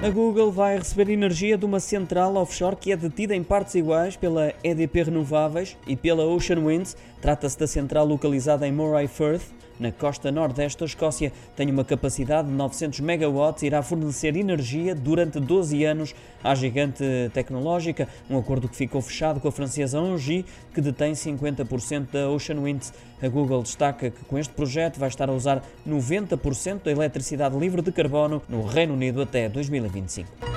A Google vai receber energia de uma central offshore que é detida em partes iguais pela EDP Renováveis e pela Ocean Winds. Trata-se da central localizada em Moray Firth, na costa nordeste da Escócia. Tem uma capacidade de 900 megawatts e irá fornecer energia durante 12 anos à gigante tecnológica. Um acordo que ficou fechado com a francesa Engie, que detém 50% da Ocean Winds. A Google destaca que com este projeto vai estar a usar 90% da eletricidade livre de carbono no Reino Unido até 2025.